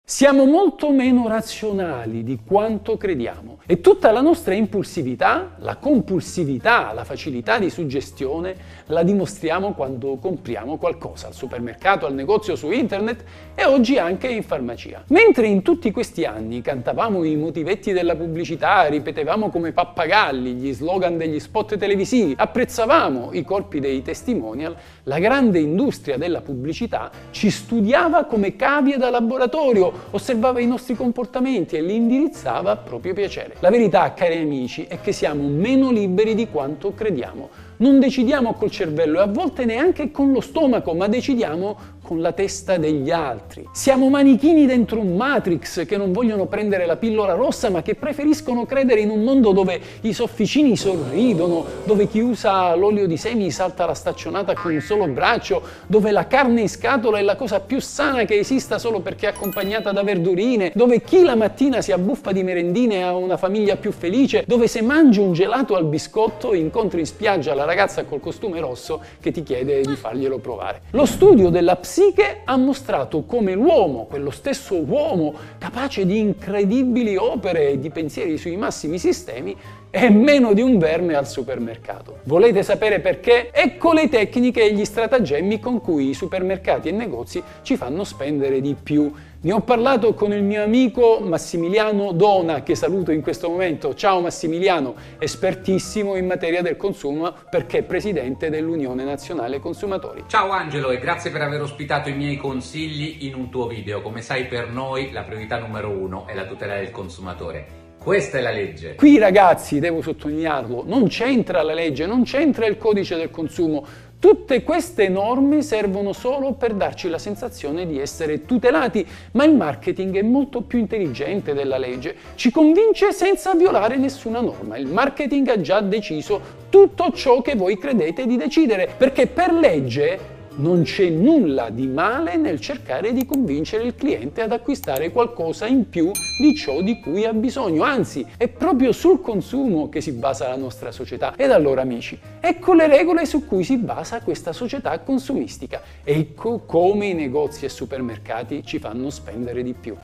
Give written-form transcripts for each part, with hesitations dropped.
Siamo molto meno razionali di quanto crediamo e tutta la nostra impulsività, la compulsività, la facilità di suggestione la dimostriamo quando compriamo qualcosa al supermercato, al negozio, su internet e oggi anche in farmacia. Mentre in tutti questi anni cantavamo i motivetti della pubblicità, ripetevamo come pappagalli gli slogan degli spot televisivi, apprezzavamo i corpi dei testimonial, la grande industria della pubblicità ci studiava come cavie da laboratorio, osservava i nostri comportamenti e li indirizzava a proprio piacere. La verità, cari amici, è che siamo meno liberi di quanto crediamo. Non decidiamo col cervello e a volte neanche con lo stomaco, ma decidiamo con la testa degli altri. Siamo manichini dentro un Matrix che non vogliono prendere la pillola rossa, ma che preferiscono credere in un mondo dove i sofficini sorridono, dove chi usa l'olio di semi salta la staccionata con un solo braccio, dove la carne in scatola è la cosa più sana che esista solo perché è accompagnata da verdurine, dove chi la mattina si abbuffa di merendine ha una famiglia più felice, dove se mangi un gelato al biscotto incontri in spiaggia la ragazza col costume rosso che ti chiede di farglielo provare. Lo studio della psiche ha mostrato come l'uomo, quello stesso uomo capace di incredibili opere e di pensieri sui massimi sistemi, è meno di un verme al supermercato. Volete sapere perché? Ecco le tecniche e gli stratagemmi con cui i supermercati e negozi ci fanno spendere di più. Ne ho parlato con il mio amico Massimiliano Dona, che saluto in questo momento. Ciao Massimiliano, espertissimo in materia del consumo perché è presidente dell'Unione Nazionale Consumatori. Ciao Angelo e grazie per aver ospitato i miei consigli in un tuo video. Come sai, per noi la priorità numero uno è la tutela del consumatore. Questa è la legge. Qui ragazzi, devo sottolinearlo, non c'entra la legge, non c'entra il codice del consumo. Tutte queste norme servono solo per darci la sensazione di essere tutelati, ma il marketing è molto più intelligente della legge. Ci convince senza violare nessuna norma. Il marketing ha già deciso tutto ciò che voi credete di decidere, perché per legge non c'è nulla di male nel cercare di convincere il cliente ad acquistare qualcosa in più di ciò di cui ha bisogno, anzi è proprio sul consumo che si basa la nostra società. Ed allora amici, ecco le regole su cui si basa questa società consumistica, ecco come i negozi e supermercati ci fanno spendere di più.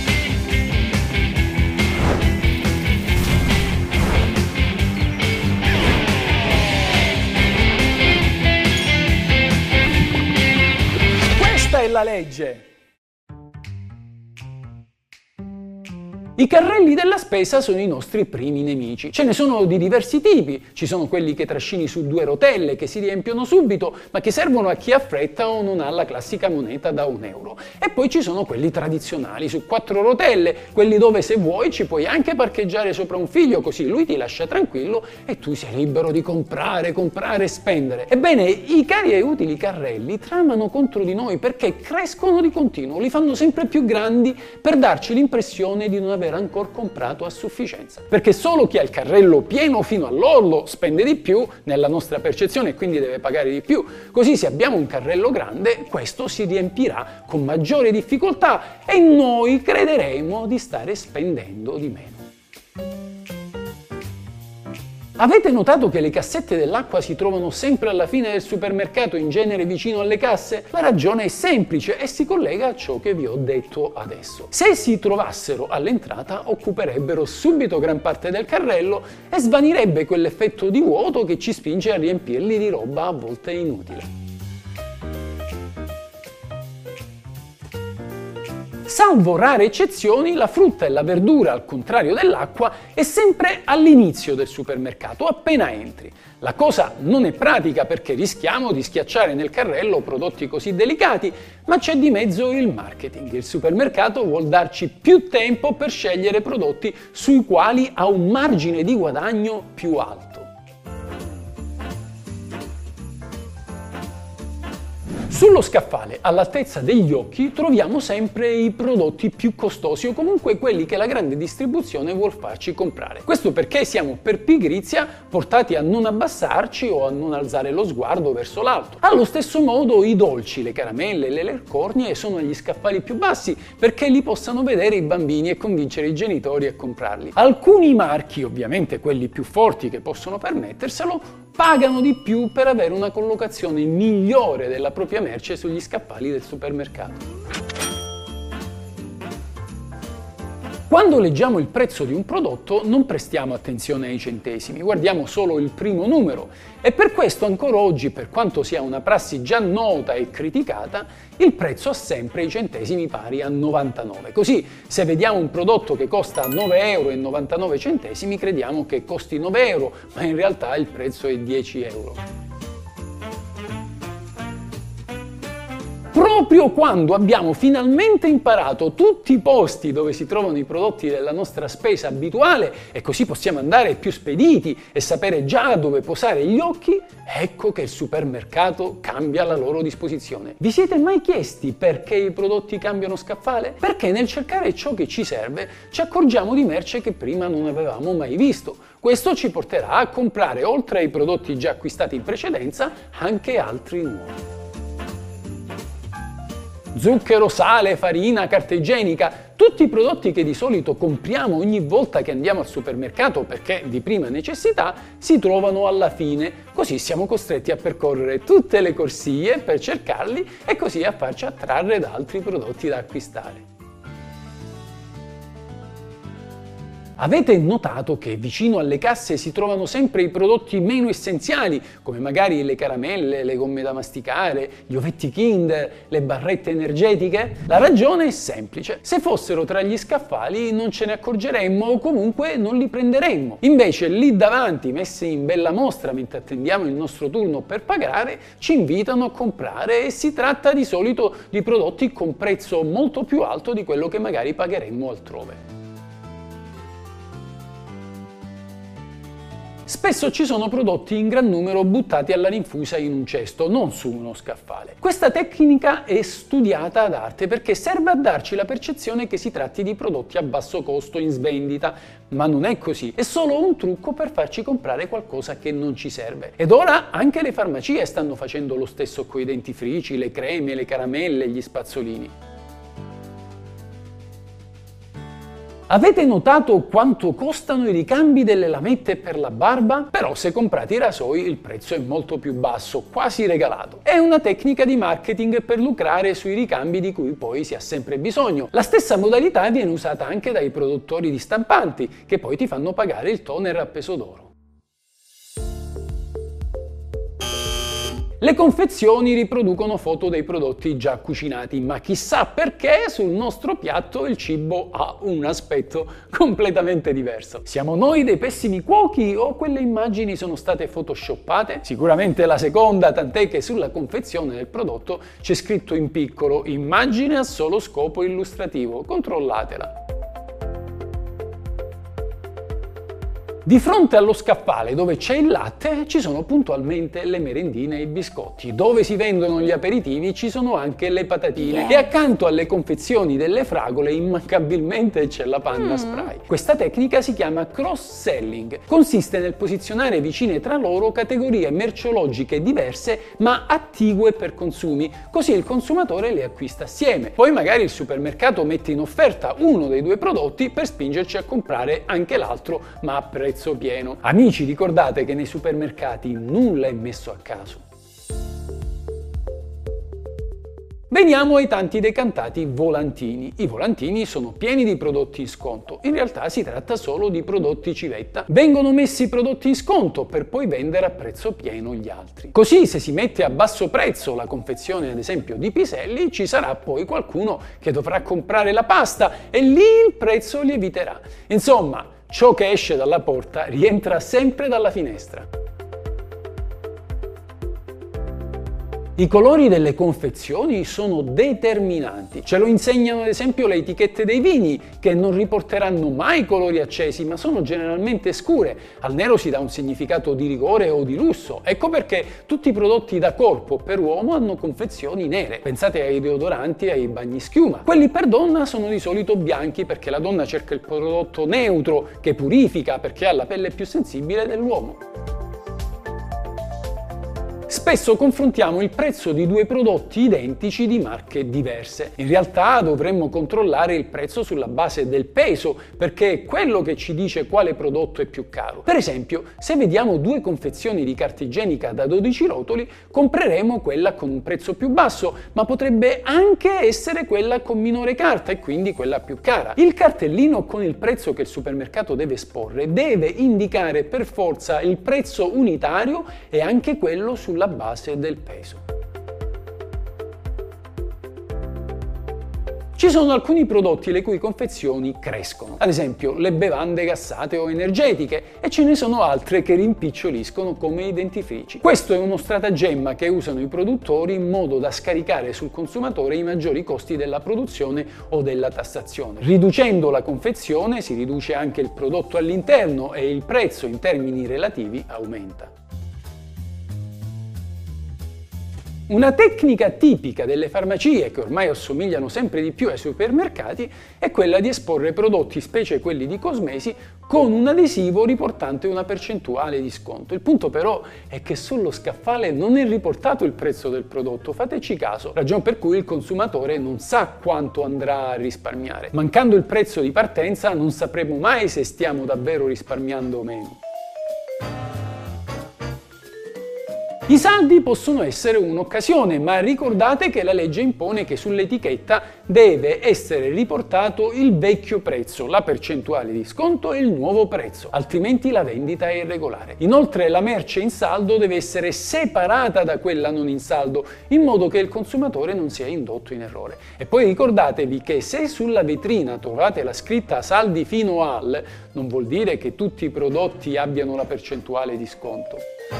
È la legge. I carrelli della spesa sono i nostri primi nemici. Ce ne sono di diversi tipi. Ci sono quelli che trascini su 2 rotelle, che si riempiono subito, ma che servono a chi ha fretta o non ha la classica moneta da €1. E poi ci sono quelli tradizionali, su 4 rotelle, quelli dove se vuoi ci puoi anche parcheggiare sopra un figlio, così lui ti lascia tranquillo e tu sei libero di comprare e spendere. Ebbene, i cari e utili carrelli tramano contro di noi perché crescono di continuo, li fanno sempre più grandi per darci l'impressione di non aver ancora comprato a sufficienza, perché solo chi ha il carrello pieno fino all'orlo spende di più nella nostra percezione e quindi deve pagare di più. Così se abbiamo un carrello grande, questo si riempirà con maggiore difficoltà e noi crederemo di stare spendendo di meno. Avete notato che le cassette dell'acqua si trovano sempre alla fine del supermercato, in genere vicino alle casse? La ragione è semplice e si collega a ciò che vi ho detto adesso. Se si trovassero all'entrata, occuperebbero subito gran parte del carrello e svanirebbe quell'effetto di vuoto che ci spinge a riempirli di roba a volte inutile. Salvo rare eccezioni, la frutta e la verdura, al contrario dell'acqua, è sempre all'inizio del supermercato, appena entri. La cosa non è pratica perché rischiamo di schiacciare nel carrello prodotti così delicati, ma c'è di mezzo il marketing. Il supermercato vuol darci più tempo per scegliere prodotti sui quali ha un margine di guadagno più alto. Sullo scaffale, all'altezza degli occhi, troviamo sempre i prodotti più costosi o comunque quelli che la grande distribuzione vuol farci comprare. Questo perché siamo per pigrizia portati a non abbassarci o a non alzare lo sguardo verso l'alto. Allo stesso modo i dolci, le caramelle, le leccornie sono agli scaffali più bassi perché li possano vedere i bambini e convincere i genitori a comprarli. Alcuni marchi, ovviamente quelli più forti che possono permetterselo, pagano di più per avere una collocazione migliore della propria merce sugli scaffali del supermercato. Quando leggiamo il prezzo di un prodotto non prestiamo attenzione ai centesimi, guardiamo solo il primo numero e per questo ancora oggi, per quanto sia una prassi già nota e criticata, il prezzo ha sempre i centesimi pari a 99. Così se vediamo un prodotto che costa 9,99 € crediamo che costi 9 euro, ma in realtà il prezzo è 10 euro. Proprio quando abbiamo finalmente imparato tutti i posti dove si trovano i prodotti della nostra spesa abituale e così possiamo andare più spediti e sapere già dove posare gli occhi, ecco che il supermercato cambia la loro disposizione. Vi siete mai chiesti perché i prodotti cambiano scaffale? Perché nel cercare ciò che ci serve ci accorgiamo di merce che prima non avevamo mai visto. Questo ci porterà a comprare, oltre ai prodotti già acquistati in precedenza, anche altri nuovi. Zucchero, sale, farina, carta igienica, tutti i prodotti che di solito compriamo ogni volta che andiamo al supermercato perché di prima necessità, si trovano alla fine, così siamo costretti a percorrere tutte le corsie per cercarli e così a farci attrarre da altri prodotti da acquistare. Avete notato che vicino alle casse si trovano sempre i prodotti meno essenziali, come magari le caramelle, le gomme da masticare, gli ovetti Kinder, le barrette energetiche? La ragione è semplice: se fossero tra gli scaffali non ce ne accorgeremmo o comunque non li prenderemmo. Invece lì davanti, messi in bella mostra mentre attendiamo il nostro turno per pagare, ci invitano a comprare e si tratta di solito di prodotti con prezzo molto più alto di quello che magari pagheremmo altrove. Spesso ci sono prodotti in gran numero buttati alla rinfusa in un cesto, non su uno scaffale. Questa tecnica è studiata ad arte perché serve a darci la percezione che si tratti di prodotti a basso costo in svendita, ma non è così, è solo un trucco per farci comprare qualcosa che non ci serve. Ed ora anche le farmacie stanno facendo lo stesso con i dentifrici, le creme, le caramelle, gli spazzolini. Avete notato quanto costano i ricambi delle lamette per la barba? Però se comprate i rasoi il prezzo è molto più basso, quasi regalato. È una tecnica di marketing per lucrare sui ricambi di cui poi si ha sempre bisogno. La stessa modalità viene usata anche dai produttori di stampanti, che poi ti fanno pagare il toner a peso d'oro. Le confezioni riproducono foto dei prodotti già cucinati, ma chissà perché sul nostro piatto il cibo ha un aspetto completamente diverso. Siamo noi dei pessimi cuochi o quelle immagini sono state photoshoppate? Sicuramente la seconda, tant'è che sulla confezione del prodotto c'è scritto in piccolo: immagine a solo scopo illustrativo, controllatela. Di fronte allo scaffale dove c'è il latte ci sono puntualmente le merendine e i biscotti, dove si vendono gli aperitivi ci sono anche le patatine e accanto alle confezioni delle fragole immancabilmente c'è la panna spray. Questa tecnica si chiama cross-selling, consiste nel posizionare vicine tra loro categorie merceologiche diverse ma attigue per consumi, così il consumatore le acquista assieme. Poi magari il supermercato mette in offerta uno dei due prodotti per spingerci a comprare anche l'altro, ma a prezzo pieno. Amici, ricordate che nei supermercati nulla è messo a caso. Veniamo ai tanti decantati volantini. I volantini sono pieni di prodotti in sconto. In realtà si tratta solo di prodotti civetta. Vengono messi i prodotti in sconto per poi vendere a prezzo pieno gli altri. Così se si mette a basso prezzo la confezione ad esempio di piselli, ci sarà poi qualcuno che dovrà comprare la pasta e lì il prezzo lieviterà. Insomma, ciò che esce dalla porta rientra sempre dalla finestra. I colori delle confezioni sono determinanti. Ce lo insegnano ad esempio le etichette dei vini, che non riporteranno mai colori accesi, ma sono generalmente scure. Al nero si dà un significato di rigore o di lusso. Ecco perché tutti i prodotti da corpo per uomo hanno confezioni nere. Pensate ai deodoranti e ai bagni schiuma. Quelli per donna sono di solito bianchi perché la donna cerca il prodotto neutro, che purifica perché ha la pelle più sensibile dell'uomo. Spesso confrontiamo il prezzo di due prodotti identici di marche diverse. In realtà dovremmo controllare il prezzo sulla base del peso, perché è quello che ci dice quale prodotto è più caro. Per esempio, se vediamo due confezioni di carta igienica da 12 rotoli, compreremo quella con un prezzo più basso, ma potrebbe anche essere quella con minore carta e quindi quella più cara. Il cartellino con il prezzo che il supermercato deve esporre deve indicare per forza il prezzo unitario e anche quello sulla base del peso. Ci sono alcuni prodotti le cui confezioni crescono, ad esempio le bevande gassate o energetiche, e ce ne sono altre che rimpiccioliscono come i dentifrici. Questo è uno stratagemma che usano i produttori in modo da scaricare sul consumatore i maggiori costi della produzione o della tassazione. Riducendo la confezione si riduce anche il prodotto all'interno e il prezzo in termini relativi aumenta. Una tecnica tipica delle farmacie, che ormai assomigliano sempre di più ai supermercati, è quella di esporre prodotti, specie quelli di cosmesi, con un adesivo riportante una percentuale di sconto. Il punto però è che sullo scaffale non è riportato il prezzo del prodotto, fateci caso, ragion per cui il consumatore non sa quanto andrà a risparmiare. Mancando il prezzo di partenza non sapremo mai se stiamo davvero risparmiando o meno. I saldi possono essere un'occasione, ma ricordate che la legge impone che sull'etichetta deve essere riportato il vecchio prezzo, la percentuale di sconto e il nuovo prezzo, altrimenti la vendita è irregolare. Inoltre la merce in saldo deve essere separata da quella non in saldo, in modo che il consumatore non sia indotto in errore. E poi ricordatevi che se sulla vetrina trovate la scritta saldi fino al, non vuol dire che tutti i prodotti abbiano la percentuale di sconto.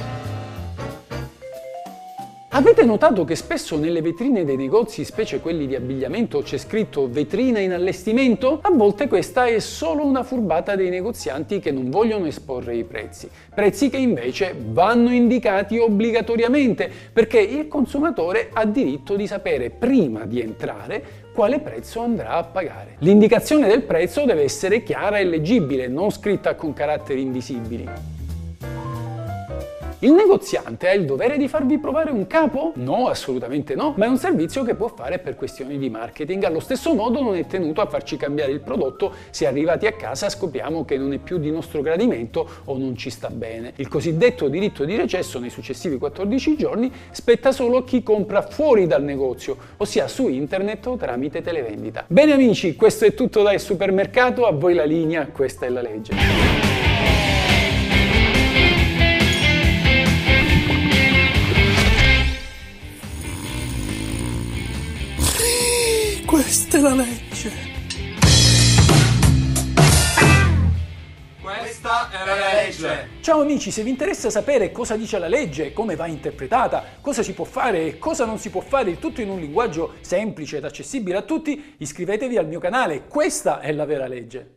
Avete notato che spesso nelle vetrine dei negozi, specie quelli di abbigliamento, c'è scritto vetrina in allestimento? A volte questa è solo una furbata dei negozianti che non vogliono esporre i prezzi che invece vanno indicati obbligatoriamente, perché il consumatore ha diritto di sapere prima di entrare quale prezzo andrà a pagare. L'indicazione del prezzo deve essere chiara e leggibile, non scritta con caratteri invisibili. Il negoziante ha il dovere di farvi provare un capo? No, assolutamente no, ma è un servizio che può fare per questioni di marketing. Allo stesso modo non è tenuto a farci cambiare il prodotto se arrivati a casa scopriamo che non è più di nostro gradimento o non ci sta bene. Il cosiddetto diritto di recesso nei successivi 14 giorni spetta solo a chi compra fuori dal negozio, ossia su internet o tramite televendita. Bene amici, questo è tutto dal supermercato, a voi la linea, questa è la legge. Questa è la legge. Questa è la legge. Ciao amici, se vi interessa sapere cosa dice la legge, come va interpretata, cosa si può fare e cosa non si può fare, il tutto in un linguaggio semplice ed accessibile a tutti, iscrivetevi al mio canale. Questa è la vera legge.